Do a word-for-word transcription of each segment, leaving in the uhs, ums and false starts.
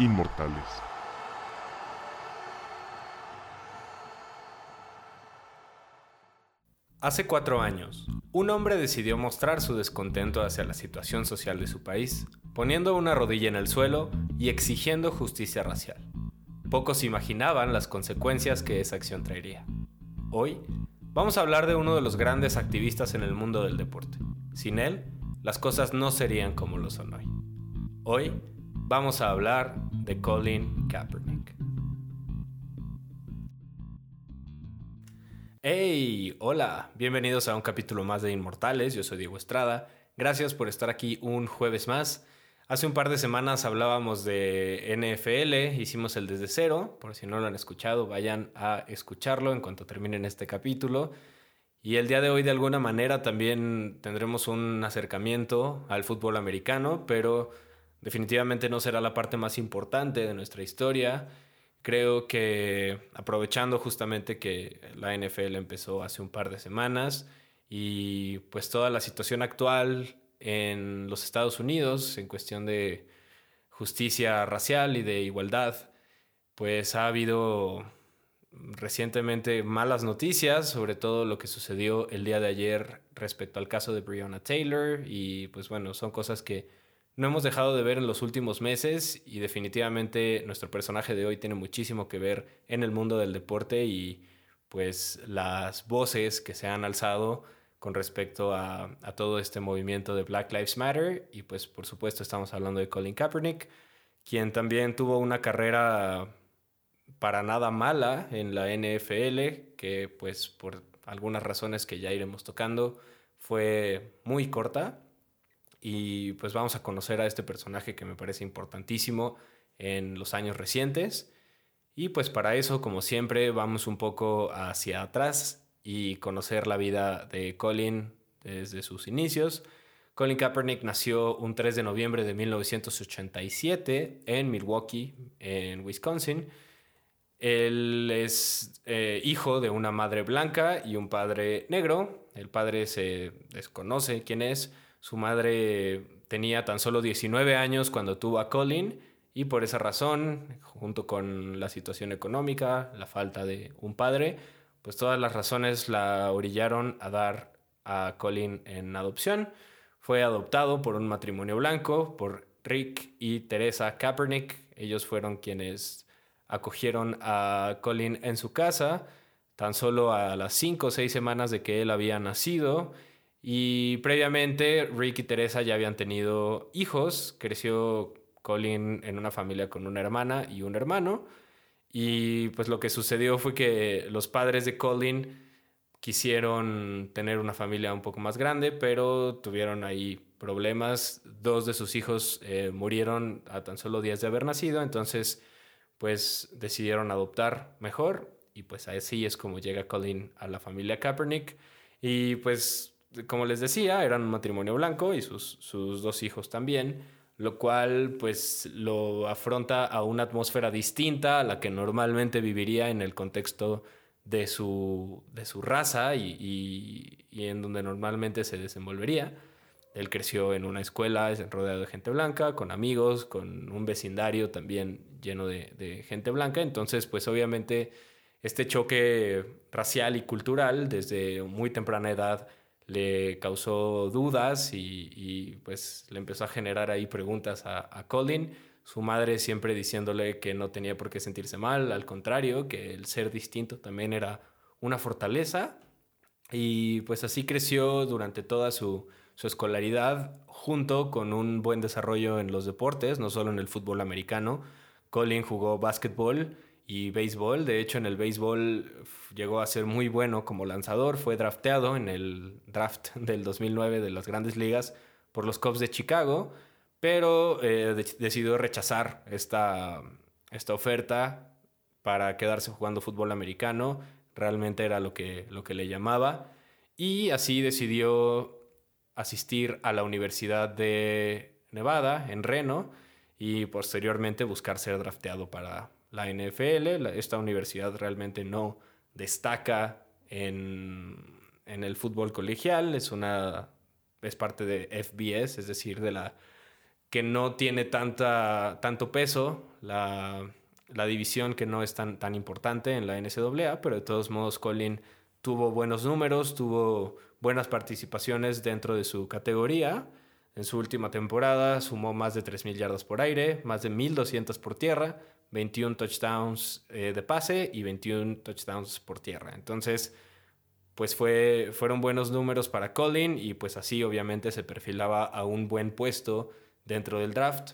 Inmortales. Hace cuatro años, un hombre decidió mostrar su descontento hacia la situación social de su país, poniendo una rodilla en el suelo y exigiendo justicia racial. Pocos imaginaban las consecuencias que esa acción traería. Hoy, vamos a hablar de uno de los grandes activistas en el mundo del deporte. Sin él, las cosas no serían como lo son hoy. Hoy, vamos a hablar de Colin Kaepernick. ¡Hey! Hola, bienvenidos a un capítulo más de Inmortales, yo soy Diego Estrada. Gracias por estar aquí un jueves más. Hace un par de semanas hablábamos de N F L, hicimos el Desde Cero, por si no lo han escuchado, vayan a escucharlo en cuanto terminen este capítulo. Y el día de hoy de alguna manera también tendremos un acercamiento al fútbol americano, pero definitivamente no será la parte más importante de nuestra historia. Creo que aprovechando justamente que la N F L empezó hace un par de semanas y pues toda la situación actual en los Estados Unidos en cuestión de justicia racial y de igualdad, pues ha habido recientemente malas noticias sobre todo lo que sucedió el día de ayer respecto al caso de Breonna Taylor y pues bueno, son cosas que no hemos dejado de ver en los últimos meses y definitivamente nuestro personaje de hoy tiene muchísimo que ver en el mundo del deporte y pues las voces que se han alzado con respecto a, a todo este movimiento de Black Lives Matter y pues por supuesto estamos hablando de Colin Kaepernick, quien también tuvo una carrera para nada mala en la N F L, que pues por algunas razones que ya iremos tocando fue muy corta. Y pues vamos a conocer a este personaje que me parece importantísimo en los años recientes. Y pues para eso, como siempre, vamos un poco hacia atrás y conocer la vida de Colin desde sus inicios. Colin Kaepernick nació un tres de noviembre de mil novecientos ochenta y siete en Milwaukee, en Wisconsin. Él es eh, hijo de una madre blanca y un padre negro. El padre se desconoce quién es. Su madre tenía tan solo diecinueve años cuando tuvo a Colin y por esa razón, junto con la situación económica, la falta de un padre, pues todas las razones la orillaron a dar a Colin en adopción. Fue adoptado por un matrimonio blanco, por Rick y Teresa Kaepernick. Ellos fueron quienes acogieron a Colin en su casa, tan solo a las cinco o seis semanas de que él había nacido. Y previamente Rick y Teresa ya habían tenido hijos. Creció Colin en una familia con una hermana y un hermano. Y pues lo que sucedió fue que los padres de Colin quisieron tener una familia un poco más grande, pero tuvieron ahí problemas. Dos de sus hijos eh, murieron a tan solo días de haber nacido, entonces pues decidieron adoptar mejor y pues así es como llega Colin a la familia Kaepernick. Y pues como les decía, eran un matrimonio blanco y sus, sus dos hijos también, lo cual pues lo afronta a una atmósfera distinta a la que normalmente viviría en el contexto de su, de su raza y, y, y en donde normalmente se desenvolvería. Él creció en una escuela rodeado de gente blanca, con amigos, con un vecindario también lleno de, de gente blanca. Entonces, pues obviamente este choque racial y cultural desde muy temprana edad le causó dudas y, y pues le empezó a generar ahí preguntas a, a Colin. Su madre siempre diciéndole que no tenía por qué sentirse mal, al contrario, que el ser distinto también era una fortaleza. Y pues así creció durante toda su, su escolaridad, junto con un buen desarrollo en los deportes, no solo en el fútbol americano. Colin jugó básquetbol y béisbol. De hecho, en el béisbol llegó a ser muy bueno como lanzador. Fue drafteado en el draft del dos mil nueve de las Grandes Ligas por los Cubs de Chicago, pero eh, de- decidió rechazar esta, esta oferta para quedarse jugando fútbol americano. Realmente era lo que, lo que le llamaba. Y así decidió asistir a la Universidad de Nevada, en Reno, y posteriormente buscar ser drafteado para la N F L. La- esta universidad realmente no destaca en, en el fútbol colegial. Es una, es parte de F B S, es decir, de la que no tiene tanta, tanto peso, la, la división que no es tan, tan importante en la N C A A, pero de todos modos Colin tuvo buenos números, tuvo buenas participaciones dentro de su categoría. En su última temporada sumó más de tres mil yardas por aire, más de mil doscientas por tierra, veintiún touchdowns eh, de pase y veintiún touchdowns por tierra. Entonces, pues fue, fueron buenos números para Colin y pues así obviamente se perfilaba a un buen puesto dentro del draft.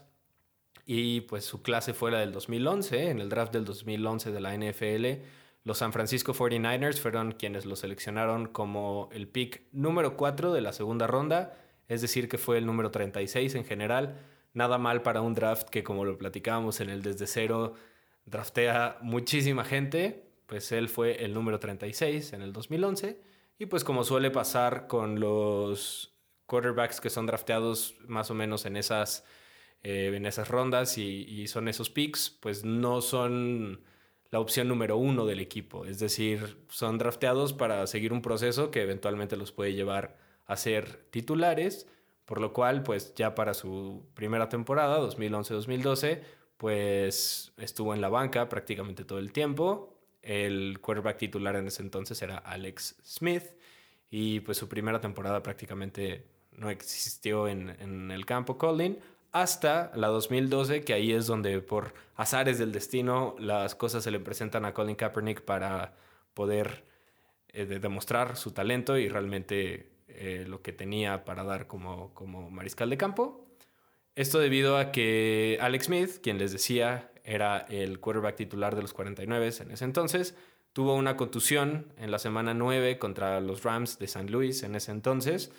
Y pues su clase fue la del dos mil once. En el draft del dos mil once de la N F L, los San Francisco cuarenta y nueve ers fueron quienes lo seleccionaron como el pick número cuatro de la segunda ronda, es decir, que fue el número treinta y seis en general. Nada mal para un draft que, como lo platicábamos en el Desde Cero, draftea muchísima gente. Pues él fue el número treinta y seis en el dos mil once. Y pues como suele pasar con los quarterbacks que son drafteados más o menos en esas, eh, en esas rondas y, y son esos picks, pues no son la opción número uno del equipo. Es decir, son drafteados para seguir un proceso que eventualmente los puede llevar a ser titulares, por lo cual pues ya para su primera temporada, dos mil once dos mil doce, pues estuvo en la banca prácticamente todo el tiempo. El quarterback titular en ese entonces era Alex Smith y pues su primera temporada prácticamente no existió en, en el campo Colin hasta la dos mil doce, que ahí es donde por azares del destino las cosas se le presentan a Colin Kaepernick para poder eh, de demostrar su talento y realmente eh, lo que tenía para dar como, como mariscal de campo. Esto debido a que Alex Smith, quien les decía era el quarterback titular de los cuarenta y nueve en ese entonces, tuvo una contusión en la semana nueve contra los Rams de San Luis en ese entonces.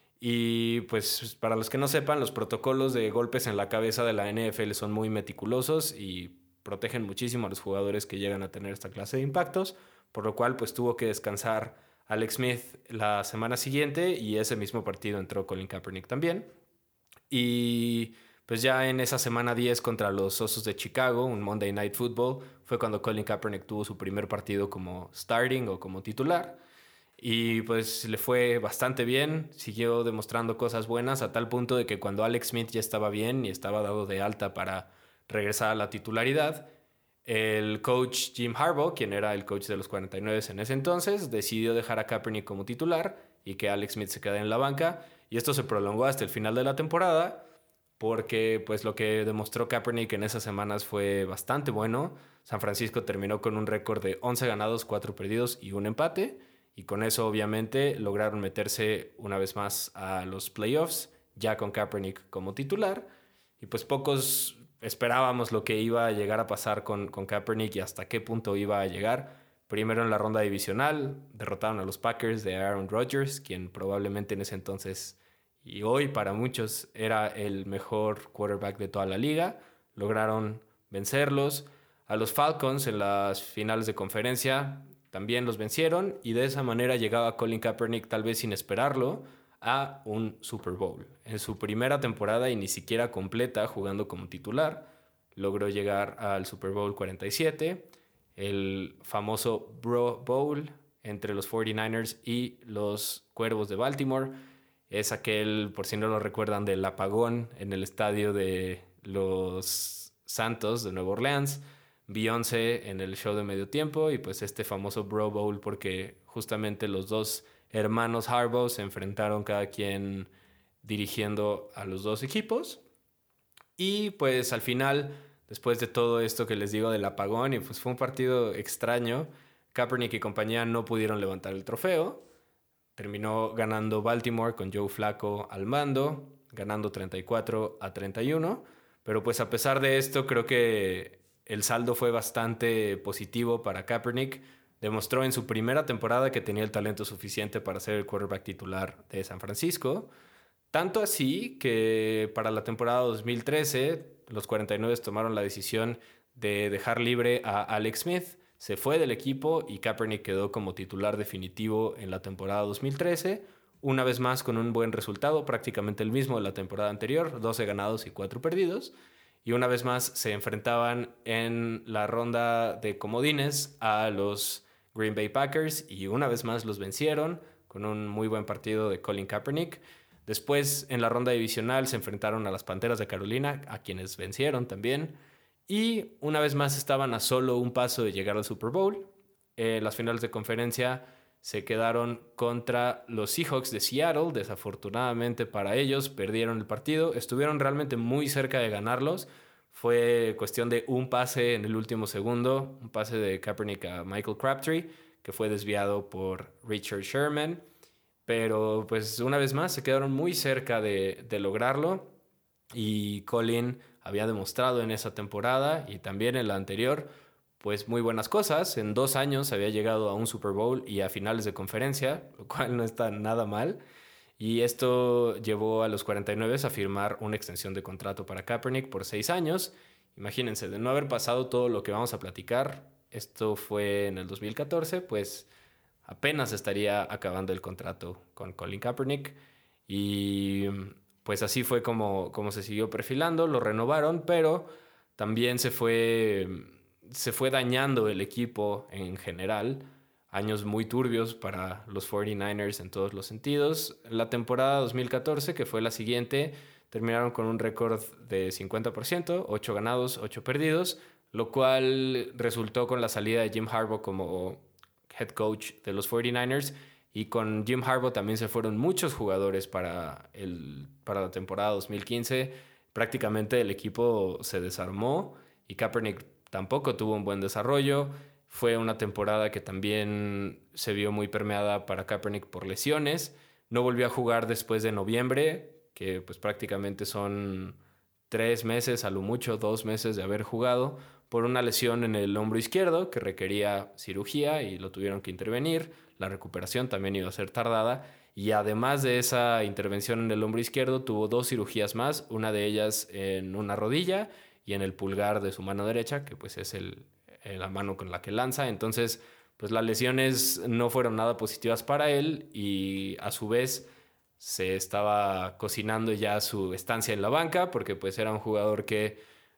Y pues para los que no sepan, los protocolos de golpes en la cabeza de la N F L son muy meticulosos y protegen muchísimo a los jugadores que llegan a tener esta clase de impactos, por lo cual pues tuvo que descansar Alex Smith la semana siguiente y ese mismo partido entró Colin Kaepernick también. Y pues ya en esa semana diez contra los Osos de Chicago, un Monday Night Football, fue cuando Colin Kaepernick tuvo su primer partido como starting o como titular. Y pues le fue bastante bien, siguió demostrando cosas buenas a tal punto de que cuando Alex Smith ya estaba bien y estaba dado de alta para regresar a la titularidad, el coach Jim Harbaugh, quien era el coach de los cuarenta y nueve en ese entonces, decidió dejar a Kaepernick como titular y que Alex Smith se quedara en la banca. Y esto se prolongó hasta el final de la temporada porque pues lo que demostró Kaepernick en esas semanas fue bastante bueno. San Francisco terminó con un récord de once ganados, cuatro perdidos y un empate. Y con eso obviamente lograron meterse una vez más a los playoffs, ya con Kaepernick como titular. Y pues pocos esperábamos lo que iba a llegar a pasar con, con Kaepernick y hasta qué punto iba a llegar. Primero en la ronda divisional derrotaron a los Packers de Aaron Rodgers, quien probablemente en ese entonces y hoy para muchos era el mejor quarterback de toda la liga. Lograron vencerlos. A los Falcons en las finales de conferencia también los vencieron y de esa manera llegaba Colin Kaepernick, tal vez sin esperarlo, a un Super Bowl. En su primera temporada y ni siquiera completa jugando como titular, logró llegar al Super Bowl cuarenta y siete, el famoso Bro Bowl entre los cuarenta y nueve ers y los Cuervos de Baltimore. Es aquel, por si no lo recuerdan, del apagón en el estadio de los Santos de Nueva Orleans, Beyoncé en el show de medio tiempo y pues este famoso Bro Bowl porque justamente los dos hermanos Harbaugh se enfrentaron cada quien dirigiendo a los dos equipos. Y pues al final, después de todo esto que les digo del apagón, y pues fue un partido extraño, Kaepernick y compañía no pudieron levantar el trofeo. Terminó ganando Baltimore con Joe Flacco al mando, ganando treinta y cuatro a treinta y uno. Pero pues a pesar de esto, creo que el saldo fue bastante positivo para Kaepernick. Demostró en su primera temporada que tenía el talento suficiente para ser el quarterback titular de San Francisco. Tanto así que para la temporada dos mil trece, los cuarenta y nueve tomaron la decisión de dejar libre a Alex Smith. Se fue del equipo y Kaepernick quedó como titular definitivo en la temporada dos mil trece. Una vez más con un buen resultado, prácticamente el mismo de la temporada anterior, doce ganados y cuatro perdidos. Y una vez más se enfrentaban en la ronda de comodines a los Green Bay Packers y una vez más los vencieron con un muy buen partido de Colin Kaepernick. Después, en la ronda divisional, se enfrentaron a las Panteras de Carolina, a quienes vencieron también. Y una vez más estaban a solo un paso de llegar al Super Bowl. Eh, las finales de conferencia se quedaron contra los Seahawks de Seattle. Desafortunadamente para ellos, perdieron el partido. Estuvieron realmente muy cerca de ganarlos. Fue cuestión de un pase en el último segundo, un pase de Kaepernick a Michael Crabtree, que fue desviado por Richard Sherman. Pero pues una vez más se quedaron muy cerca de, de lograrlo. Y Colin había demostrado en esa temporada y también en la anterior, pues muy buenas cosas. En dos años había llegado a un Super Bowl y a finales de conferencia, lo cual no está nada mal. Y esto llevó a los cuarenta y nueve a firmar una extensión de contrato para Kaepernick por seis años. Imagínense, de no haber pasado todo lo que vamos a platicar, esto fue en el dos mil catorce, pues apenas estaría acabando el contrato con Colin Kaepernick. Y pues así fue como, como se siguió perfilando, lo renovaron, pero también se fue, se fue dañando el equipo en general. Años muy turbios para los cuarenta y nueve ers en todos los sentidos. La temporada dos mil catorce, que fue la siguiente, terminaron con un récord de cincuenta por ciento, ocho ganados, ocho perdidos, lo cual resultó con la salida de Jim Harbaugh como head coach de los cuarenta y nueve ers. Y con Jim Harbaugh también se fueron muchos jugadores para, el, para la temporada dos mil quince. Prácticamente el equipo se desarmó y Kaepernick tampoco tuvo un buen desarrollo. Fue una temporada que también se vio muy permeada para Kaepernick por lesiones. No volvió a jugar después de noviembre, que pues prácticamente son tres meses, a lo mucho dos meses de haber jugado, por una lesión en el hombro izquierdo que requería cirugía y lo tuvieron que intervenir. La recuperación también iba a ser tardada. Y además de esa intervención en el hombro izquierdo, tuvo dos cirugías más, una de ellas en una rodilla y en el pulgar de su mano derecha, que pues es el, la mano con la que lanza. Entonces, pues las lesiones no fueron nada positivas para él y a su vez se estaba cocinando ya su estancia en la banca porque pues era un jugador que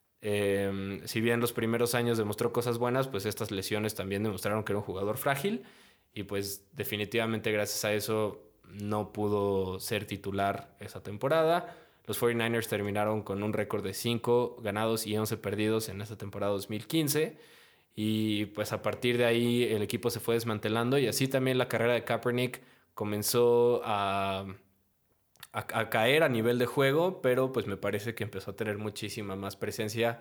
eh, si bien los primeros años demostró cosas buenas, pues estas lesiones también demostraron que era un jugador frágil y pues definitivamente gracias a eso no pudo ser titular esa temporada. Los cuarenta y nueve ers terminaron con un récord de cinco ganados y once perdidos en esa temporada dos mil quince. Y pues a partir de ahí el equipo se fue desmantelando y así también la carrera de Kaepernick comenzó a, a, a caer a nivel de juego, pero pues me parece que empezó a tener muchísima más presencia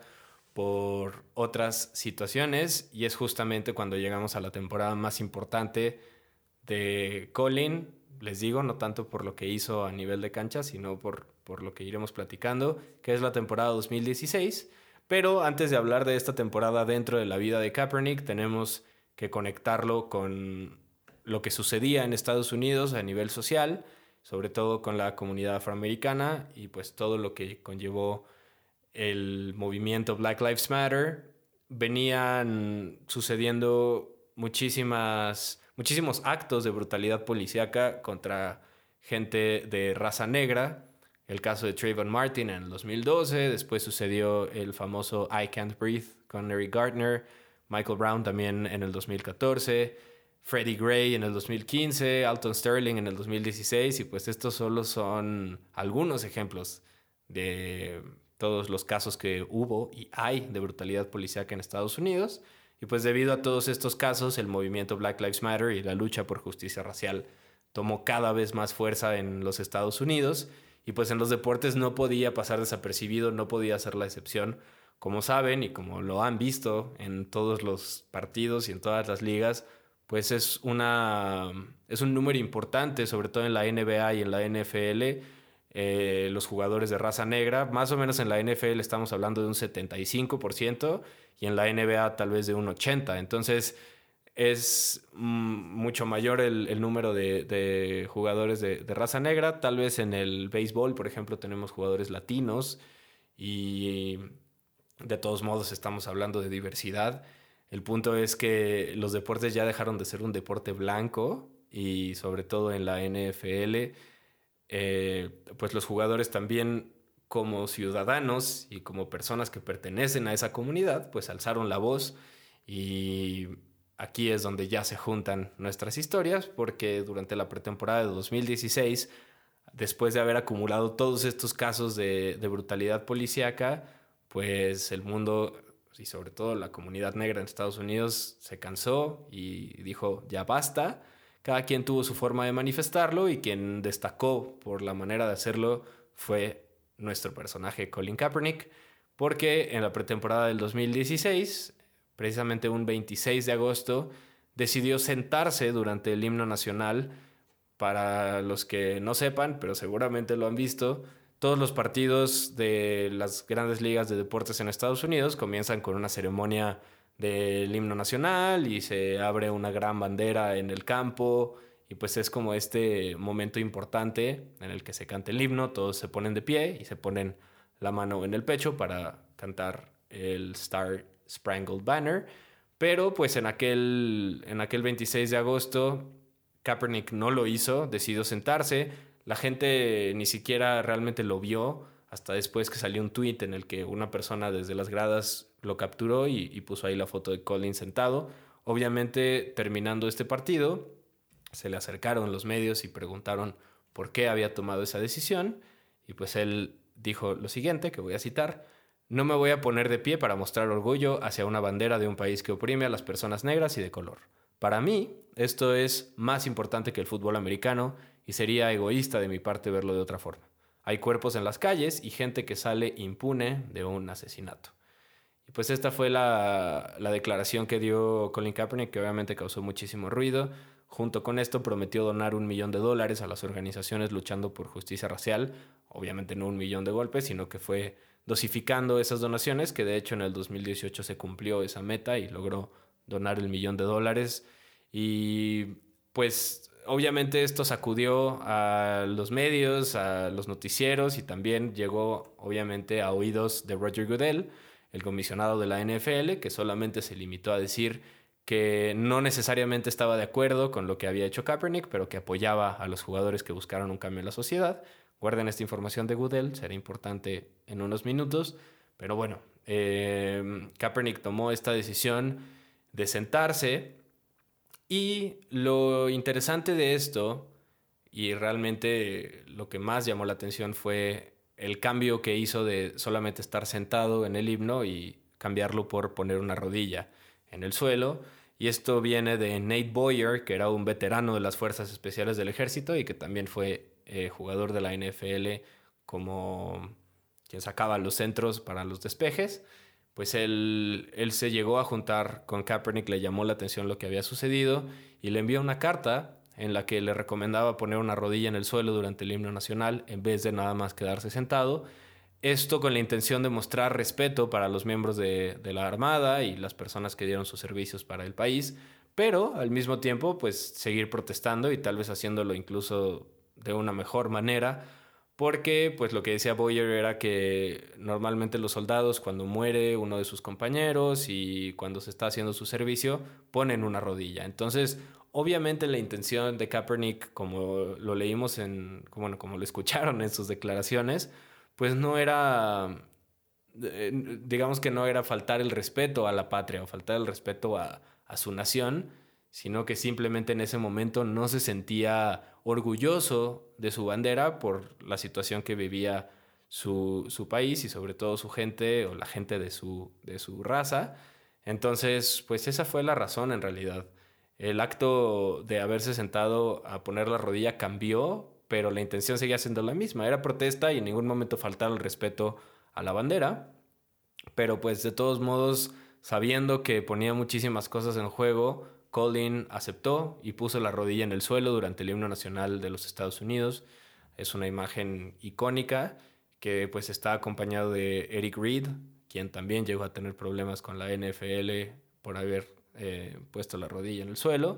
por otras situaciones y es justamente cuando llegamos a la temporada más importante de Colin. Les digo, no tanto por lo que hizo a nivel de cancha, sino por, por lo que iremos platicando, que es la temporada dos mil dieciséis. Pero antes de hablar de esta temporada dentro de la vida de Kaepernick, tenemos que conectarlo con lo que sucedía en Estados Unidos a nivel social, sobre todo con la comunidad afroamericana y pues todo lo que conllevó el movimiento Black Lives Matter. Venían sucediendo muchísimas, muchísimos actos de brutalidad policíaca contra gente de raza negra. El caso de Trayvon Martin en el dos mil doce, después sucedió el famoso I Can't Breathe con Eric Garner, Michael Brown también en el dos mil catorce, Freddie Gray en el dos mil quince, Alton Sterling en el dos mil dieciséis, y pues estos solo son algunos ejemplos de todos los casos que hubo y hay de brutalidad policíaca en Estados Unidos. Y pues debido a todos estos casos, el movimiento Black Lives Matter y la lucha por justicia racial tomó cada vez más fuerza en los Estados Unidos. Y pues en los deportes no podía pasar desapercibido, no podía ser la excepción. Como saben y como lo han visto en todos los partidos y en todas las ligas, pues es, una, es un número importante, sobre todo en la N B A y en la N F L, eh, los jugadores de raza negra. Más o menos en la N F L estamos hablando de un setenta y cinco por ciento y en la N B A tal vez de un ochenta por ciento. Entonces es mm, mucho mayor el, el número de, de jugadores de, de raza negra. Tal vez en el béisbol, por ejemplo, tenemos jugadores latinos y de todos modos estamos hablando de diversidad. El punto es que los deportes ya dejaron de ser un deporte blanco y sobre todo en la N F L, eh, pues los jugadores también como ciudadanos y como personas que pertenecen a esa comunidad, pues alzaron la voz y aquí es donde ya se juntan nuestras historias porque durante la pretemporada de dos mil dieciséis después de haber acumulado todos estos casos de, de brutalidad policíaca, pues el mundo y sobre todo la comunidad negra en Estados Unidos se cansó y dijo ya basta. Cada quien tuvo su forma de manifestarlo y quien destacó por la manera de hacerlo fue nuestro personaje Colin Kaepernick, porque en la pretemporada del dos mil dieciséis, precisamente un veintiséis de agosto, decidió sentarse durante el himno nacional. Para los que no sepan, pero seguramente lo han visto, todos los partidos de las grandes ligas de deportes en Estados Unidos comienzan con una ceremonia del himno nacional y se abre una gran bandera en el campo y pues es como este momento importante en el que se canta el himno, todos se ponen de pie y se ponen la mano en el pecho para cantar el Star Spangled Banner, pero pues en aquel, en aquel veintiséis de agosto Kaepernick no lo hizo, decidió sentarse. La gente ni siquiera realmente lo vio hasta después que salió un tweet en el que una persona desde las gradas lo capturó y, y puso ahí la foto de Colin sentado. Obviamente, terminando este partido, se le acercaron los medios y preguntaron por qué había tomado esa decisión. Y pues él dijo lo siguiente, que voy a citar: no me voy a poner de pie para mostrar orgullo hacia una bandera de un país que oprime a las personas negras y de color. Para mí, esto es más importante que el fútbol americano y sería egoísta de mi parte verlo de otra forma. Hay cuerpos en las calles y gente que sale impune de un asesinato. Y pues esta fue la, la declaración que dio Colin Kaepernick, que obviamente causó muchísimo ruido. Junto con esto prometió donar un millón de dólares a las organizaciones luchando por justicia racial. Obviamente no un millón de golpes, sino que fue dosificando esas donaciones, que de hecho en el dos mil dieciocho se cumplió esa meta y logró donar el millón de dólares. Y pues obviamente esto sacudió a los medios, a los noticieros y también llegó obviamente a oídos de Roger Goodell, el comisionado de la N F L, que solamente se limitó a decir que no necesariamente estaba de acuerdo con lo que había hecho Kaepernick, pero que apoyaba a los jugadores que buscaron un cambio en la sociedad. Guarden esta información de Goodell, será importante en unos minutos. Pero bueno, eh, Kaepernick tomó esta decisión de sentarse. Y lo interesante de esto, y realmente lo que más llamó la atención, fue el cambio que hizo de solamente estar sentado en el himno y cambiarlo por poner una rodilla en el suelo. Y esto viene de Nate Boyer, que era un veterano de las Fuerzas Especiales del Ejército y que también fue eh, jugador de la N F L como quien sacaba los centros para los despejes. Pues él, él se llegó a juntar con Kaepernick, le llamó la atención lo que había sucedido y le envió una carta en la que le recomendaba poner una rodilla en el suelo durante el himno nacional en vez de nada más quedarse sentado. Esto con la intención de mostrar respeto para los miembros de, de la Armada y las personas que dieron sus servicios para el país, pero al mismo tiempo pues seguir protestando y tal vez haciéndolo incluso de una mejor manera. Porque, pues lo que decía Boyer era que normalmente los soldados, cuando muere uno de sus compañeros y cuando se está haciendo su servicio, ponen una rodilla. Entonces, obviamente la intención de Kaepernick, como lo leímos en, bueno, como lo escucharon en sus declaraciones, pues no era, eh, digamos que no era faltar el respeto a la patria o faltar el respeto a, a su nación, sino que simplemente en ese momento no se sentía orgulloso de su bandera por la situación que vivía su, su país y sobre todo su gente o la gente de su, de su raza. Entonces, pues esa fue la razón en realidad. El acto de haberse sentado a poner la rodilla cambió, pero la intención seguía siendo la misma. Era protesta y en ningún momento faltaba el respeto a la bandera. Pero pues de todos modos, sabiendo que ponía muchísimas cosas en juego, Colin aceptó y puso la rodilla en el suelo durante el himno nacional de los Estados Unidos. Es una imagen icónica que pues está acompañado de Eric Reid, quien también llegó a tener problemas con la N F L por haber eh, puesto la rodilla en el suelo.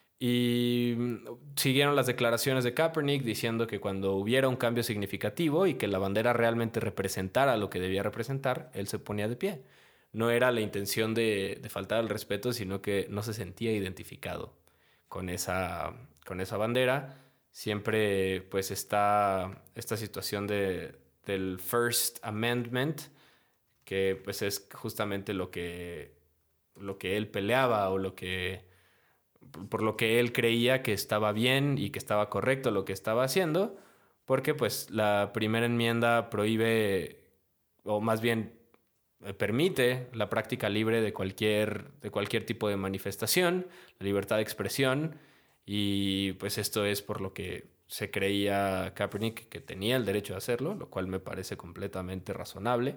Y siguieron las declaraciones de Kaepernick diciendo que cuando hubiera un cambio significativo y que la bandera realmente representara lo que debía representar, él se ponía de pie. No era la intención de, de faltar al respeto, sino que no se sentía identificado con esa, con esa bandera. Siempre pues está esta situación de, del First Amendment, que pues es justamente lo que, lo que él peleaba o lo que, por lo que él creía que estaba bien y que estaba correcto lo que estaba haciendo, porque pues la primera enmienda prohíbe, o más bien eh, permite la práctica libre de cualquier, de cualquier tipo de manifestación, la libertad de expresión, y pues esto es por lo que se creía Kaepernick que tenía el derecho de hacerlo, lo cual me parece completamente razonable.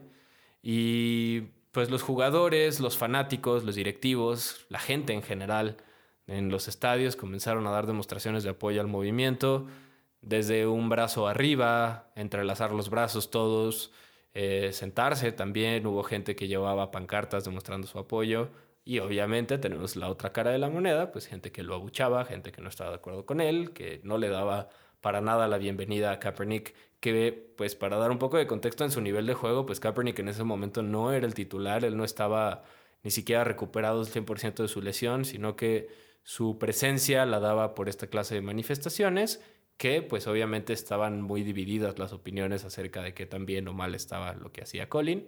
Y pues los jugadores, los fanáticos, los directivos, la gente en general en los estadios comenzaron a dar demostraciones de apoyo al movimiento, desde un brazo arriba, entrelazar los brazos todos, eh, sentarse también. Hubo gente que llevaba pancartas demostrando su apoyo. Y obviamente tenemos la otra cara de la moneda, pues gente que lo abuchaba, gente que no estaba de acuerdo con él, que no le daba para nada la bienvenida a Kaepernick, que pues para dar un poco de contexto en su nivel de juego, pues Kaepernick en ese momento no era el titular, él no estaba ni siquiera recuperado el cien por ciento de su lesión, sino que su presencia la daba por esta clase de manifestaciones, que pues obviamente estaban muy divididas las opiniones acerca de qué tan bien o mal estaba lo que hacía Colin.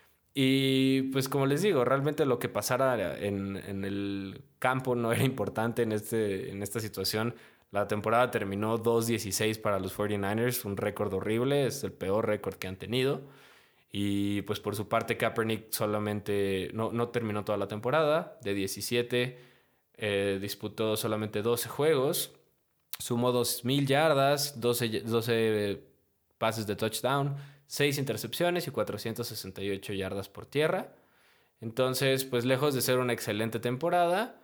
Y pues como les digo, realmente lo que pasara en, en el campo no era importante en, este, en esta situación. La temporada terminó dos dieciséis para los cuarenta y nueve ers, un récord horrible, es el peor récord que han tenido. Y pues por su parte Kaepernick solamente no, no terminó toda la temporada, de diecisiete eh, disputó solamente doce juegos, sumó dos mil yardas, doce, doce pases de touchdown, seis intercepciones y cuatrocientas sesenta y ocho yardas por tierra. Entonces, pues lejos de ser una excelente temporada,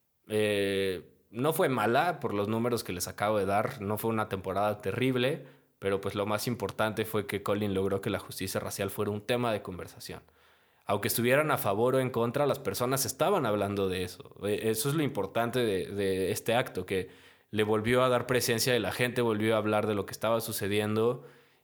eh, no fue mala por los números que les acabo de dar, no fue una temporada terrible, pero pues lo más importante fue que Colin logró que la justicia racial fuera un tema de conversación. Aunque estuvieran a favor o en contra, las personas estaban hablando de eso. Eso es lo importante de, de este acto, que le volvió a dar presencia y la gente volvió a hablar de lo que estaba sucediendo,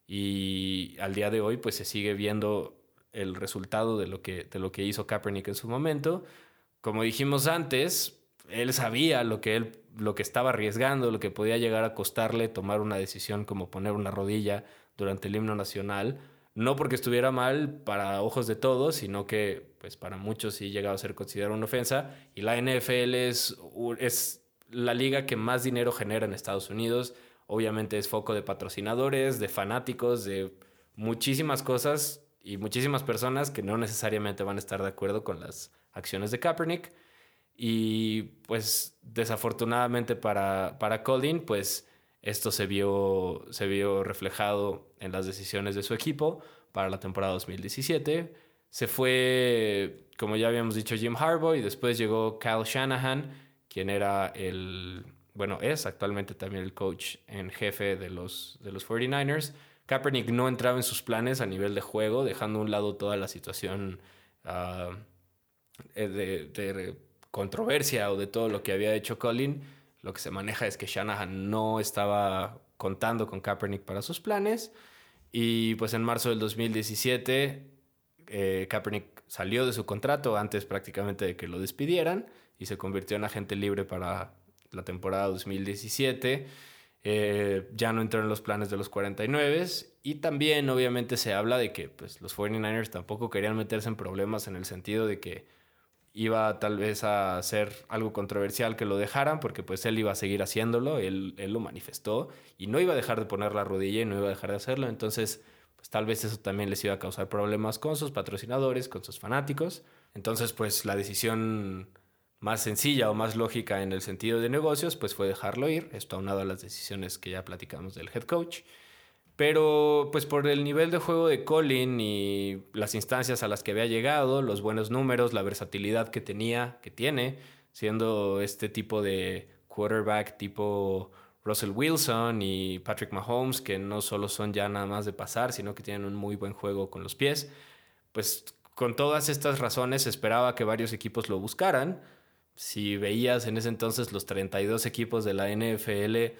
y al día de hoy pues se sigue viendo el resultado de lo que, de lo que hizo Kaepernick en su momento. Como dijimos antes, él sabía lo que, él, lo que estaba arriesgando, lo que podía llegar a costarle tomar una decisión como poner una rodilla durante el himno nacional. No porque estuviera mal para ojos de todos, sino que pues para muchos sí llegaba a ser considerado una ofensa. Y la N F L es, es la liga que más dinero genera en Estados Unidos. Obviamente es foco de patrocinadores, de fanáticos, de muchísimas cosas y muchísimas personas que no necesariamente van a estar de acuerdo con las acciones de Kaepernick. Y pues desafortunadamente para, para Colin, pues esto se vio, se vio reflejado en las decisiones de su equipo para la temporada dos mil diecisiete. Se fue, como ya habíamos dicho, Jim Harbaugh, y después llegó Kyle Shanahan, quien era el, bueno, es actualmente también el coach en jefe de los, de los cuarenta y nueve ers. Kaepernick no entraba en sus planes a nivel de juego, dejando a un lado toda la situación uh, de, de controversia o de todo lo que había hecho Colin. Lo que se maneja es que Shanahan no estaba contando con Kaepernick para sus planes. Y pues en marzo del dos mil diecisiete, eh, Kaepernick salió de su contrato antes prácticamente de que lo despidieran y se convirtió en agente libre para la temporada dos mil diecisiete. Eh, ya no entró en los planes de los cuarenta y nueve ers. Y también obviamente se habla de que pues, los cuarenta y nueve ers tampoco querían meterse en problemas, en el sentido de que iba tal vez a ser algo controversial que lo dejaran, porque pues él iba a seguir haciéndolo, él, él lo manifestó y no iba a dejar de poner la rodilla y no iba a dejar de hacerlo. Entonces pues tal vez eso también les iba a causar problemas con sus patrocinadores, con sus fanáticos. Entonces pues la decisión más sencilla o más lógica en el sentido de negocios pues fue dejarlo ir, esto aunado a las decisiones que ya platicamos del head coach. Pero pues por el nivel de juego de Colin y las instancias a las que había llegado, los buenos números, la versatilidad que tenía, que tiene, siendo este tipo de quarterback tipo Russell Wilson y Patrick Mahomes, que no solo son ya nada más de pasar, sino que tienen un muy buen juego con los pies, pues con todas estas razones esperaba que varios equipos lo buscaran. Si veías en ese entonces los treinta y dos equipos de la N F L,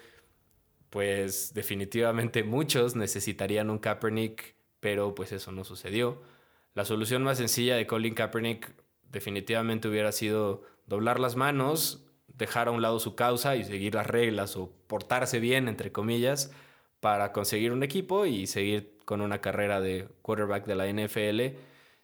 pues definitivamente muchos necesitarían un Kaepernick, pero pues eso no sucedió. La solución más sencilla de Colin Kaepernick definitivamente hubiera sido doblar las manos, dejar a un lado su causa y seguir las reglas, o portarse bien, entre comillas, para conseguir un equipo y seguir con una carrera de quarterback de la N F L.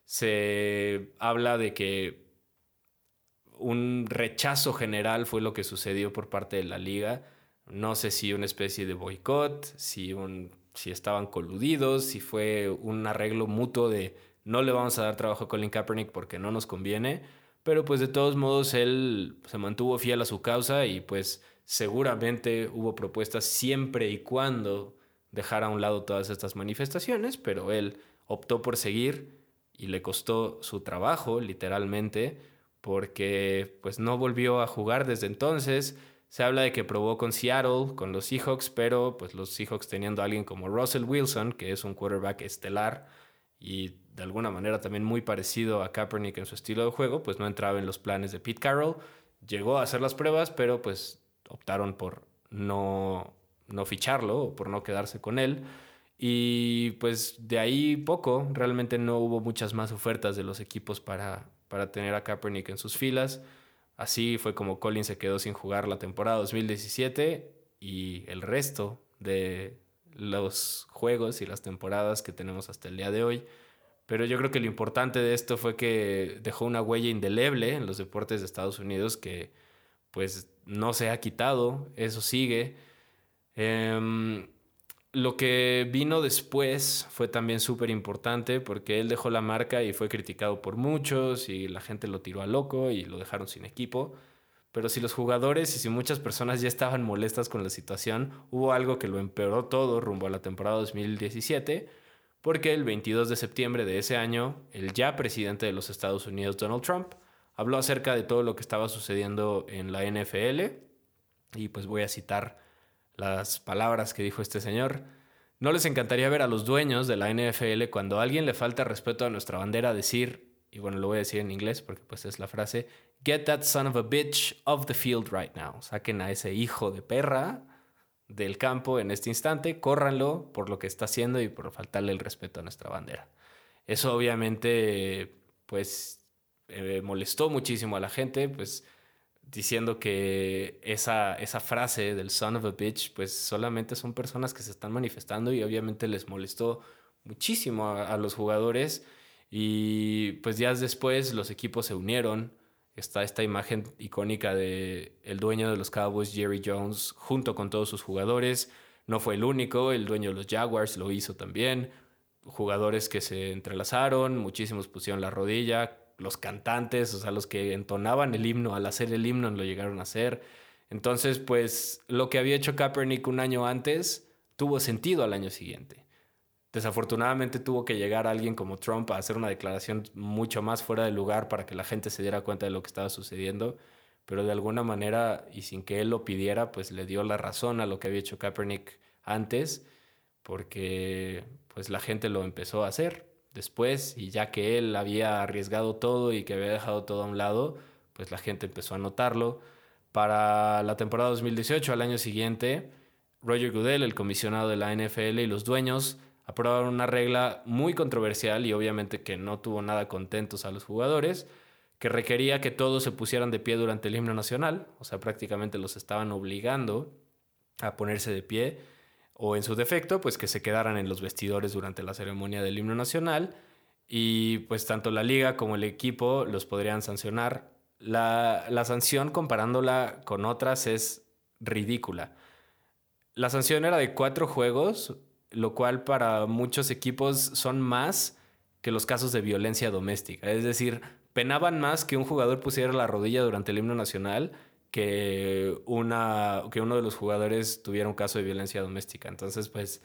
Se habla de que un rechazo general fue lo que sucedió por parte de la liga. No sé si una especie de boicot, si, un, si estaban coludidos, si fue un arreglo mutuo de no le vamos a dar trabajo a Colin Kaepernick porque no nos conviene, pero pues de todos modos él se mantuvo fiel a su causa y pues seguramente hubo propuestas siempre y cuando dejara a un lado todas estas manifestaciones, pero él optó por seguir y le costó su trabajo, literalmente, porque pues no volvió a jugar desde entonces. Se habla de que probó con Seattle, con los Seahawks, pero pues los Seahawks teniendo a alguien como Russell Wilson, que es un quarterback estelar y de alguna manera también muy parecido a Kaepernick en su estilo de juego, pues no entraba en los planes de Pete Carroll. Llegó a hacer las pruebas, pero pues optaron por no, no ficharlo o por no quedarse con él. Y pues de ahí poco, realmente no hubo muchas más ofertas de los equipos para, para tener a Kaepernick en sus filas. Así fue como Collins se quedó sin jugar la temporada dos mil diecisiete y el resto de los juegos y las temporadas que tenemos hasta el día de hoy. Pero yo creo que lo importante de esto fue que dejó una huella indeleble en los deportes de Estados Unidos que pues no se ha quitado, eso sigue. Eh, lo que vino después fue también súper importante porque él dejó la marca y fue criticado por muchos y la gente lo tiró a loco y lo dejaron sin equipo. Pero si los jugadores y si muchas personas ya estaban molestas con la situación, hubo algo que lo empeoró todo rumbo a la temporada dos mil diecisiete, porque el veintidós de septiembre de ese año, el ya presidente de los Estados Unidos, Donald Trump, habló acerca de todo lo que estaba sucediendo en la N F L y pues voy a citar las palabras que dijo este señor. No les encantaría ver a los dueños de la N F L cuando a alguien le falta respeto a nuestra bandera decir, y bueno, lo voy a decir en inglés porque pues es la frase, "Get that son of a bitch off the field right now". Saquen a ese hijo de perra del campo en este instante, córranlo por lo que está haciendo y por faltarle el respeto a nuestra bandera. Eso obviamente pues eh, molestó muchísimo a la gente, pues diciendo que esa, esa frase del son of a bitch, pues solamente son personas que se están manifestando y obviamente les molestó muchísimo a, a los jugadores. Y pues días después los equipos se unieron. Está esta imagen icónica de el dueño de los Cowboys, Jerry Jones, junto con todos sus jugadores. No fue el único, el dueño de los Jaguars lo hizo también. Jugadores que se entrelazaron, muchísimos pusieron la rodilla, los cantantes, o sea, los que entonaban el himno, al hacer el himno lo llegaron a hacer. Entonces, pues lo que había hecho Kaepernick un año antes tuvo sentido al año siguiente. Desafortunadamente tuvo que llegar alguien como Trump a hacer una declaración mucho más fuera de lugar para que la gente se diera cuenta de lo que estaba sucediendo, pero de alguna manera y sin que él lo pidiera, pues le dio la razón a lo que había hecho Kaepernick antes, porque pues la gente lo empezó a hacer después y ya que él había arriesgado todo y que había dejado todo a un lado, pues la gente empezó a notarlo. Para la temporada dos mil dieciocho, al año siguiente, Roger Goodell, el comisionado de la N F L y los dueños aprobaron una regla muy controversial y obviamente que no tuvo nada contentos a los jugadores, que requería que todos se pusieran de pie durante el himno nacional, o sea, prácticamente los estaban obligando a ponerse de pie, o en su defecto, pues que se quedaran en los vestidores durante la ceremonia del himno nacional, y pues tanto la liga como el equipo los podrían sancionar. La, la sanción, comparándola con otras, es ridícula. La sanción era de cuatro juegos, lo cual para muchos equipos son más que los casos de violencia doméstica. Es decir, penaban más que un jugador pusiera la rodilla durante el himno nacional que, una, que uno de los jugadores tuviera un caso de violencia doméstica. Entonces, pues,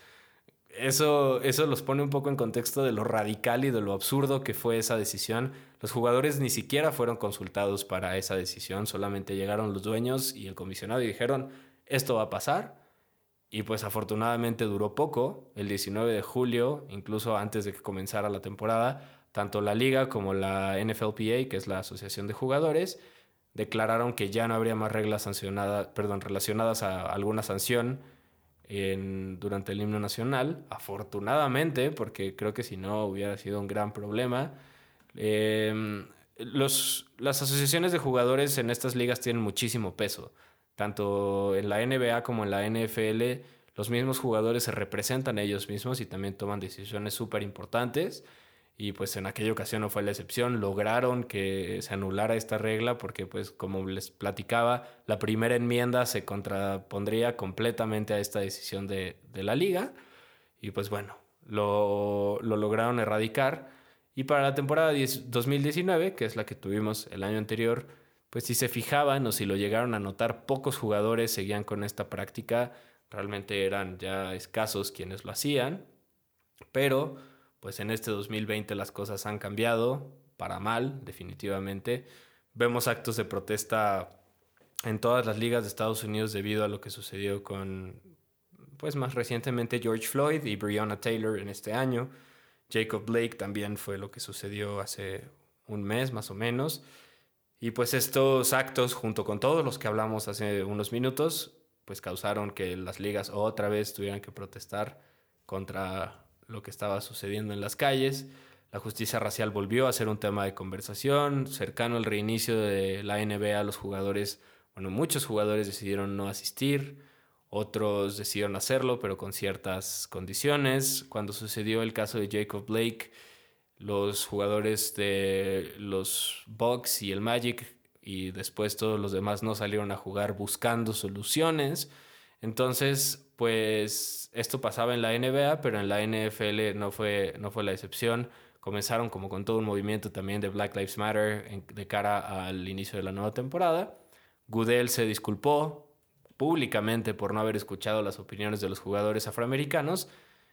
eso, eso los pone un poco en contexto de lo radical y de lo absurdo que fue esa decisión. Los jugadores ni siquiera fueron consultados para esa decisión, solamente llegaron los dueños y el comisionado y dijeron, esto va a pasar. Y pues afortunadamente duró poco, el diecinueve de julio, incluso antes de que comenzara la temporada, tanto la liga como la N F L P A, que es la Asociación de Jugadores, declararon que ya no habría más reglas sancionadas, perdón, relacionadas a alguna sanción en, durante el himno nacional. Afortunadamente, porque creo que si no hubiera sido un gran problema. Eh, los, las asociaciones de jugadores en estas ligas tienen muchísimo peso. Tanto en la N B A como en la N F L, los mismos jugadores se representan a ellos mismos y también toman decisiones súper importantes. y pues en aquella ocasión no fue la excepción. Lograron que se anulara esta regla porque pues como les platicaba, la primera enmienda se contrapondría completamente a esta decisión de, de la liga y pues bueno, lo, lo lograron erradicar. Y para la temporada dos mil diecinueve, que es la que tuvimos el año anterior, pues si se fijaban o si lo llegaron a notar, pocos jugadores seguían con esta práctica. Realmente eran ya escasos quienes lo hacían, pero pues en este dos mil veinte las cosas han cambiado para mal, definitivamente. Vemos actos de protesta en todas las ligas de Estados Unidos debido a lo que sucedió con, pues más recientemente, George Floyd y Breonna Taylor en este año. Jacob Blake también fue lo que sucedió hace un mes más o menos. Y pues estos actos, junto con todos los que hablamos hace unos minutos, pues causaron que las ligas otra vez tuvieran que protestar contra lo que estaba sucediendo en las calles. La justicia racial volvió a ser un tema de conversación. Cercano al reinicio de la N B A, los jugadores, bueno, muchos jugadores decidieron no asistir, otros decidieron hacerlo, pero con ciertas condiciones. Cuando sucedió el caso de Jacob Blake, los jugadores de los Bucks y el Magic y después todos los demás no salieron a jugar buscando soluciones. Entonces, pues esto pasaba en la N B A, pero en la N F L no fue, no fue la excepción. Comenzaron como con todo un movimiento también de Black Lives Matter en, de cara al inicio de la nueva temporada. Goodell se disculpó públicamente por no haber escuchado las opiniones de los jugadores afroamericanos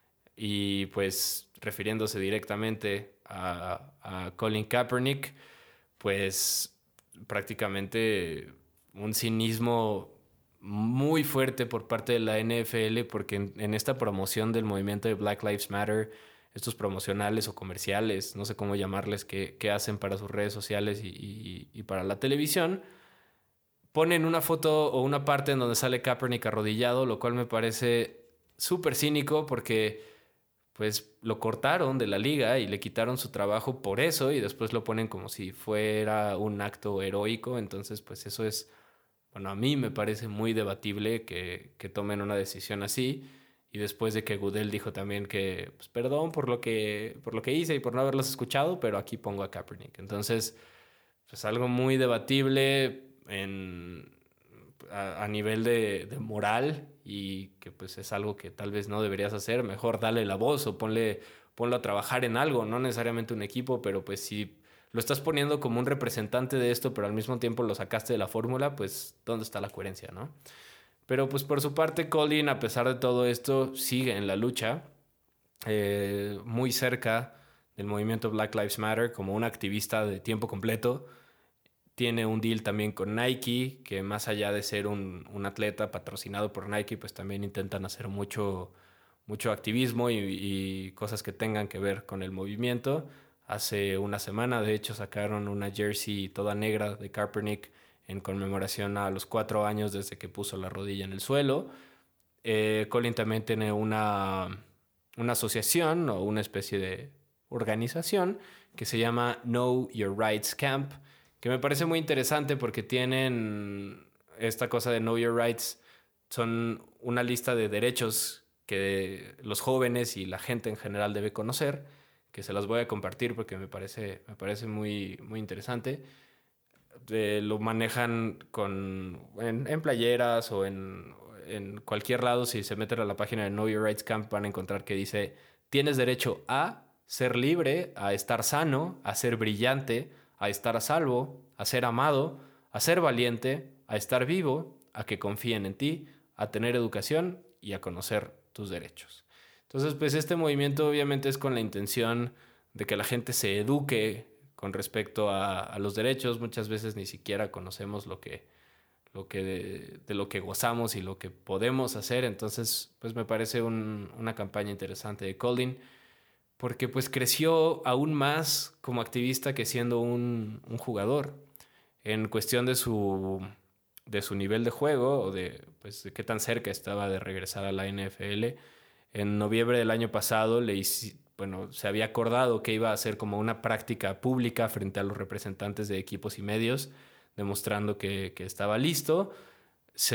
y pues refiriéndose directamente a, a Colin Kaepernick, pues prácticamente un cinismo muy fuerte por parte de la N F L porque en, en esta promoción del movimiento de Black Lives Matter, estos promocionales o comerciales, no sé cómo llamarles, que, que hacen para sus redes sociales y, y, y para la televisión, ponen una foto o una parte en donde sale Kaepernick arrodillado, lo cual me parece súper cínico porque pues lo cortaron de la liga y le quitaron su trabajo por eso y después lo ponen como si fuera un acto heroico. Entonces pues eso es, bueno, a mí me parece muy debatible que, que tomen una decisión así. Y después de que Goodell dijo también que pues, perdón por lo que, por lo que hice y por no haberlos escuchado, pero aquí pongo a Kaepernick. Entonces pues algo muy debatible en, a, a nivel de, de moral y que pues es algo que tal vez no deberías hacer. Mejor dale la voz o ponle, ponlo a trabajar en algo, no necesariamente un equipo, pero pues si lo estás poniendo como un representante de esto, pero al mismo tiempo lo sacaste de la fórmula, pues ¿dónde está la coherencia, no? Pero pues por su parte Colin, a pesar de todo esto, sigue en la lucha, eh, muy cerca del movimiento Black Lives Matter como un activista de tiempo completo. Tiene un deal también con Nike, que más allá de ser un, un atleta patrocinado por Nike, pues también intentan hacer mucho, mucho activismo y, y cosas que tengan que ver con el movimiento. Hace una semana, de hecho, sacaron una jersey toda negra de Kaepernick en conmemoración a los cuatro años desde que puso la rodilla en el suelo. Eh, Colin también tiene una, una asociación o una especie de organización que se llama Know Your Rights Camp, que me parece muy interesante porque tienen esta cosa de Know Your Rights, son una lista de derechos que los jóvenes y la gente en general debe conocer, que se las voy a compartir porque me parece, me parece muy, muy interesante. Eh, lo manejan con, en, en playeras o en, en cualquier lado. Si se meten a la página de Know Your Rights Camp van a encontrar que dice: tienes derecho a ser libre, a estar sano, a ser brillante, a estar a salvo, a ser amado, a ser valiente, a estar vivo, a que confíen en ti, a tener educación y a conocer tus derechos. Entonces, pues este movimiento obviamente es con la intención de que la gente se eduque con respecto a, a los derechos. Muchas veces ni siquiera conocemos lo que, lo que de, de lo que gozamos y lo que podemos hacer. Entonces, pues me parece un, una campaña interesante de Colin, porque pues creció aún más como activista que siendo un, un jugador. En cuestión de su, de su nivel de juego o de, pues, de qué tan cerca estaba de regresar a la N F L, en noviembre del año pasado le hice, bueno, se había acordado que iba a hacer como una práctica pública frente a los representantes de equipos y medios, demostrando que, que estaba listo. Se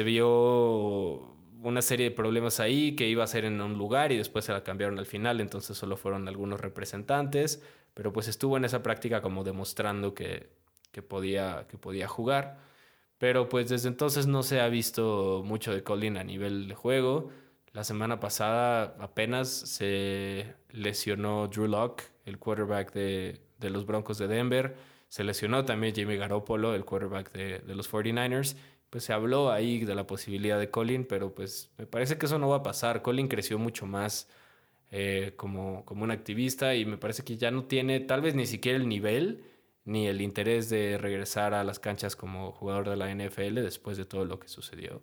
vio una serie de problemas ahí, que iba a ser en un lugar y después se la cambiaron al final, entonces solo fueron algunos representantes, pero pues estuvo en esa práctica como demostrando que, que, podía, que podía jugar. Pero pues desde entonces no se ha visto mucho de Colin a nivel de juego. La semana pasada apenas se lesionó Drew Lock, el quarterback de, de los Broncos de Denver. Se lesionó también Jimmy Garoppolo, el quarterback de, de los cuarenta y nueve ers. Pues se habló ahí de la posibilidad de Colin, pero pues me parece que eso no va a pasar. Colin creció mucho más eh, como, como un activista y me parece que ya no tiene tal vez ni siquiera el nivel ni el interés de regresar a las canchas como jugador de la N F L después de todo lo que sucedió.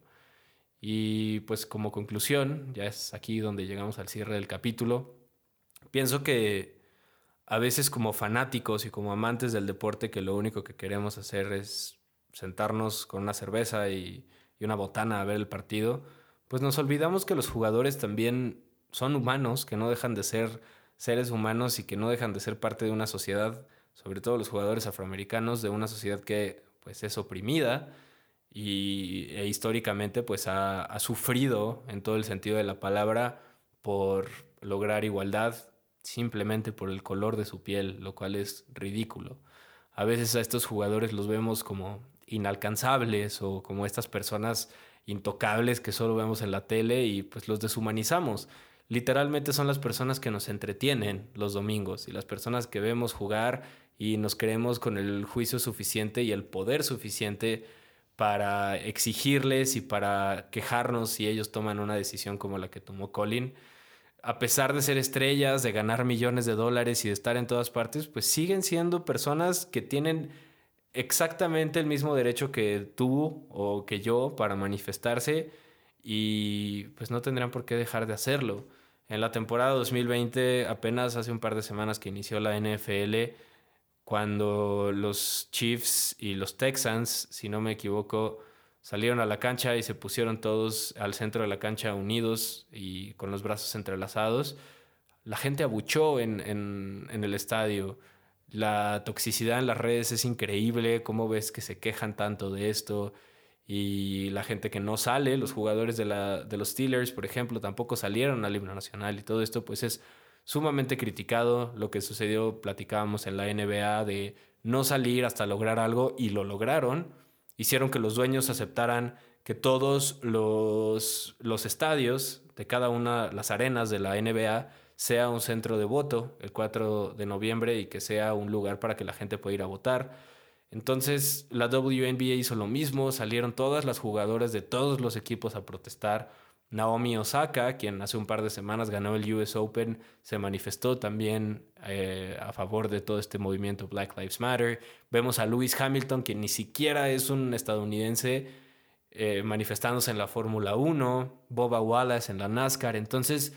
Y pues como conclusión, ya es aquí donde llegamos al cierre del capítulo, pienso que a veces como fanáticos y como amantes del deporte que lo único que queremos hacer es sentarnos con una cerveza y, y una botana a ver el partido, pues nos olvidamos que los jugadores también son humanos, que no dejan de ser seres humanos y que no dejan de ser parte de una sociedad, sobre todo los jugadores afroamericanos, de una sociedad que pues es oprimida y e históricamente pues ha, ha sufrido en todo el sentido de la palabra por lograr igualdad simplemente por el color de su piel, lo cual es ridículo. A veces a estos jugadores los vemos como inalcanzables o como estas personas intocables que solo vemos en la tele y pues los deshumanizamos. Literalmente son las personas que nos entretienen los domingos y las personas que vemos jugar y nos creemos con el juicio suficiente y el poder suficiente para exigirles y para quejarnos si ellos toman una decisión como la que tomó Colin. A pesar de ser estrellas, de ganar millones de dólares y de estar en todas partes, pues siguen siendo personas que tienen exactamente el mismo derecho que tú o que yo para manifestarse y pues no tendrán por qué dejar de hacerlo. En la temporada dos mil veinte, apenas hace un par de semanas que inició la N F L, cuando los Chiefs y los Texans, si no me equivoco, salieron a la cancha y se pusieron todos al centro de la cancha unidos y con los brazos entrelazados, la gente abuchó en, en, en el estadio. La toxicidad en las redes es increíble, cómo ves que se quejan tanto de esto y la gente que no sale, los jugadores de, la, de los Steelers, por ejemplo, tampoco salieron al himno nacional y todo esto pues es sumamente criticado. Lo que sucedió, platicábamos en la N B A de no salir hasta lograr algo y lo lograron. Hicieron que los dueños aceptaran que todos los, los estadios de cada una, las arenas de la N B A, sea un centro de voto el cuatro de noviembre y que sea un lugar para que la gente pueda ir a votar. Entonces la W N B A hizo lo mismo, salieron todas las jugadoras de todos los equipos a protestar. Naomi Osaka, quien hace un par de semanas ganó el U S Open, se manifestó también eh, a favor de todo este movimiento Black Lives Matter. Vemos a Lewis Hamilton, quien ni siquiera es un estadounidense, eh, manifestándose en la Fórmula uno, Bubba Wallace en la NASCAR. Entonces,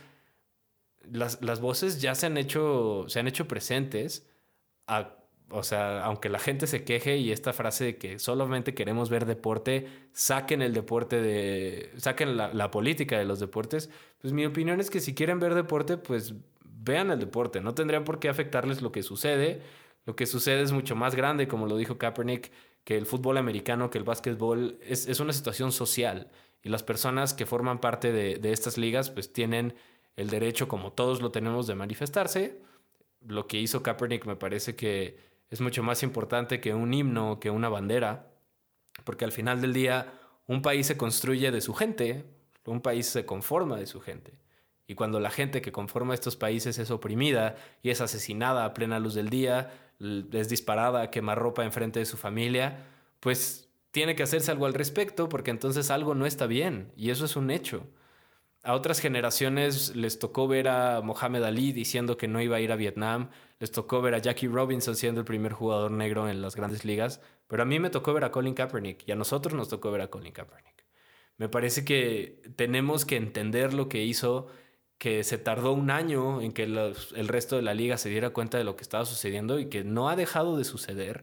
las, las voces ya se han hecho, se han hecho presentes a o sea, aunque la gente se queje y esta frase de que solamente queremos ver deporte, saquen el deporte de... saquen la, la política de los deportes, pues mi opinión es que si quieren ver deporte, pues vean el deporte. No tendrían por qué afectarles lo que sucede. Lo que sucede es mucho más grande, como lo dijo Kaepernick, que el fútbol americano, que el básquetbol, es, es una situación social. Y las personas que forman parte de, de estas ligas, pues tienen el derecho, como todos lo tenemos, de manifestarse. Lo que hizo Kaepernick me parece que es mucho más importante que un himno, que una bandera, porque al final del día un país se construye de su gente, un país se conforma de su gente. Y cuando la gente que conforma estos países es oprimida y es asesinada a plena luz del día, es disparada a quemarropa enfrente de su familia, pues tiene que hacerse algo al respecto porque entonces algo no está bien y eso es un hecho. A otras generaciones les tocó ver a Mohamed Ali diciendo que no iba a ir a Vietnam. Les tocó ver a Jackie Robinson siendo el primer jugador negro en las grandes ligas. Pero a mí me tocó ver a Colin Kaepernick y a nosotros nos tocó ver a Colin Kaepernick. Me parece que tenemos que entender lo que hizo, que se tardó un año en que los, el resto de la liga se diera cuenta de lo que estaba sucediendo y que no ha dejado de suceder.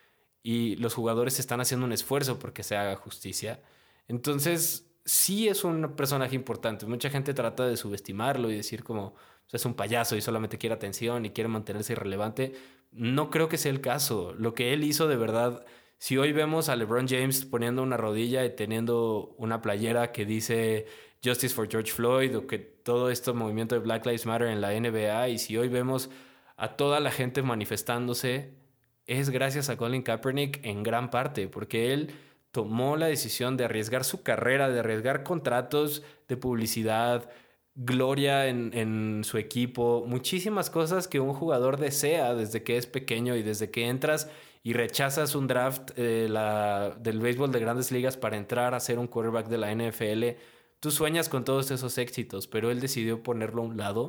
Y los jugadores están haciendo un esfuerzo porque se haga justicia. Entonces, sí es un personaje importante. Mucha gente trata de subestimarlo y decir como pues, es un payaso y solamente quiere atención y quiere mantenerse irrelevante. No creo que sea el caso. Lo que él hizo de verdad, si hoy vemos a LeBron James poniendo una rodilla y teniendo una playera que dice Justice for George Floyd o que todo este movimiento de Black Lives Matter en la N B A, y si hoy vemos a toda la gente manifestándose, es gracias a Colin Kaepernick en gran parte, porque él tomó la decisión de arriesgar su carrera, de arriesgar contratos de publicidad, gloria en, en su equipo, muchísimas cosas que un jugador desea desde que es pequeño y desde que entras y rechazas un draft eh, la, del béisbol de Grandes Ligas para entrar a ser un quarterback de la N F L. Tú sueñas con todos esos éxitos, pero él decidió ponerlo a un lado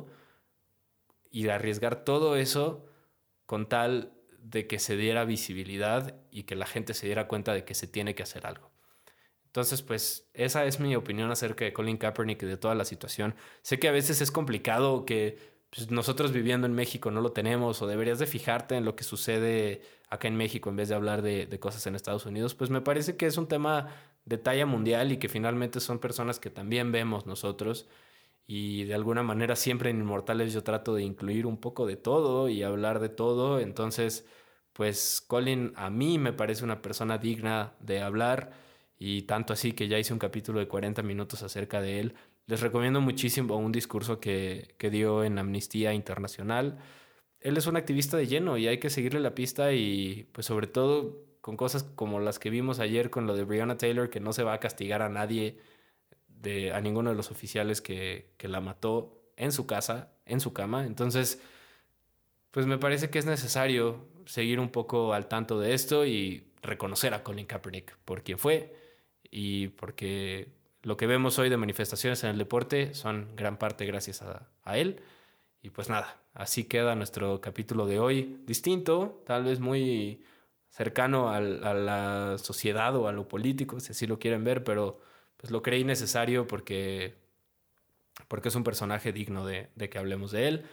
y arriesgar todo eso con tal de que se diera visibilidad y que la gente se diera cuenta de que se tiene que hacer algo. Entonces, pues, esa es mi opinión acerca de Colin Kaepernick y de toda la situación. Sé que a veces es complicado, que pues, nosotros viviendo en México no lo tenemos, o deberías de fijarte en lo que sucede acá en México en vez de hablar de, de cosas en Estados Unidos. Pues me parece que es un tema de talla mundial y que finalmente son personas que también vemos nosotros. Y de alguna manera siempre en Inmortales yo trato de incluir un poco de todo y hablar de todo. Entonces, pues Colin a mí me parece una persona digna de hablar. Y tanto así que ya hice un capítulo de cuarenta minutos acerca de él. Les recomiendo muchísimo un discurso que, que dio en Amnistía Internacional. Él es un activista de lleno y hay que seguirle la pista y pues sobre todo con cosas como las que vimos ayer con lo de Breonna Taylor, que no se va a castigar a nadie, de, a ninguno de los oficiales que, que la mató en su casa, en su cama. Entonces, pues me parece que es necesario seguir un poco al tanto de esto y reconocer a Colin Kaepernick por quien fue y porque lo que vemos hoy de manifestaciones en el deporte son gran parte gracias a, a él. Y pues nada, así queda nuestro capítulo de hoy. Distinto, tal vez muy cercano al, a la sociedad o a lo político, si así lo quieren ver, pero pues lo creí necesario porque, porque es un personaje digno de, de que hablemos de él.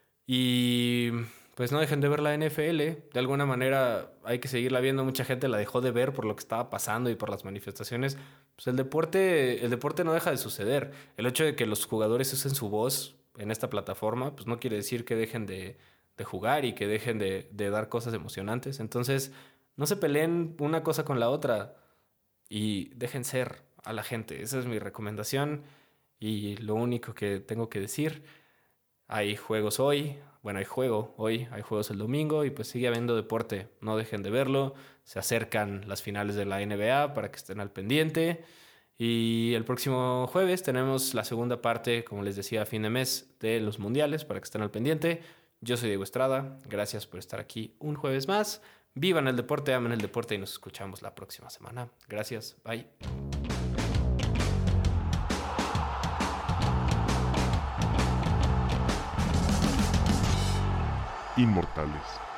Y pues no dejen de ver la N F L. De alguna manera hay que seguirla viendo. Mucha gente la dejó de ver por lo que estaba pasando y por las manifestaciones. Pues el deporte, el deporte no deja de suceder. El hecho de que los jugadores usen su voz en esta plataforma, pues no quiere decir que dejen de, de jugar y que dejen de, de dar cosas emocionantes. Entonces, no se peleen una cosa con la otra y dejen ser a la gente. Esa es mi recomendación y lo único que tengo que decir. Hay juegos hoy, bueno, hay juego hoy, hay juegos el domingo y pues sigue habiendo deporte. No dejen de verlo. Se acercan las finales de la N B A para que estén al pendiente. Y el próximo jueves tenemos la segunda parte, como les decía, a fin de mes de los mundiales para que estén al pendiente. Yo soy Diego Estrada. Gracias por estar aquí un jueves más. Vivan el deporte, amen el deporte y nos escuchamos la próxima semana. Gracias. Bye. Inmortales.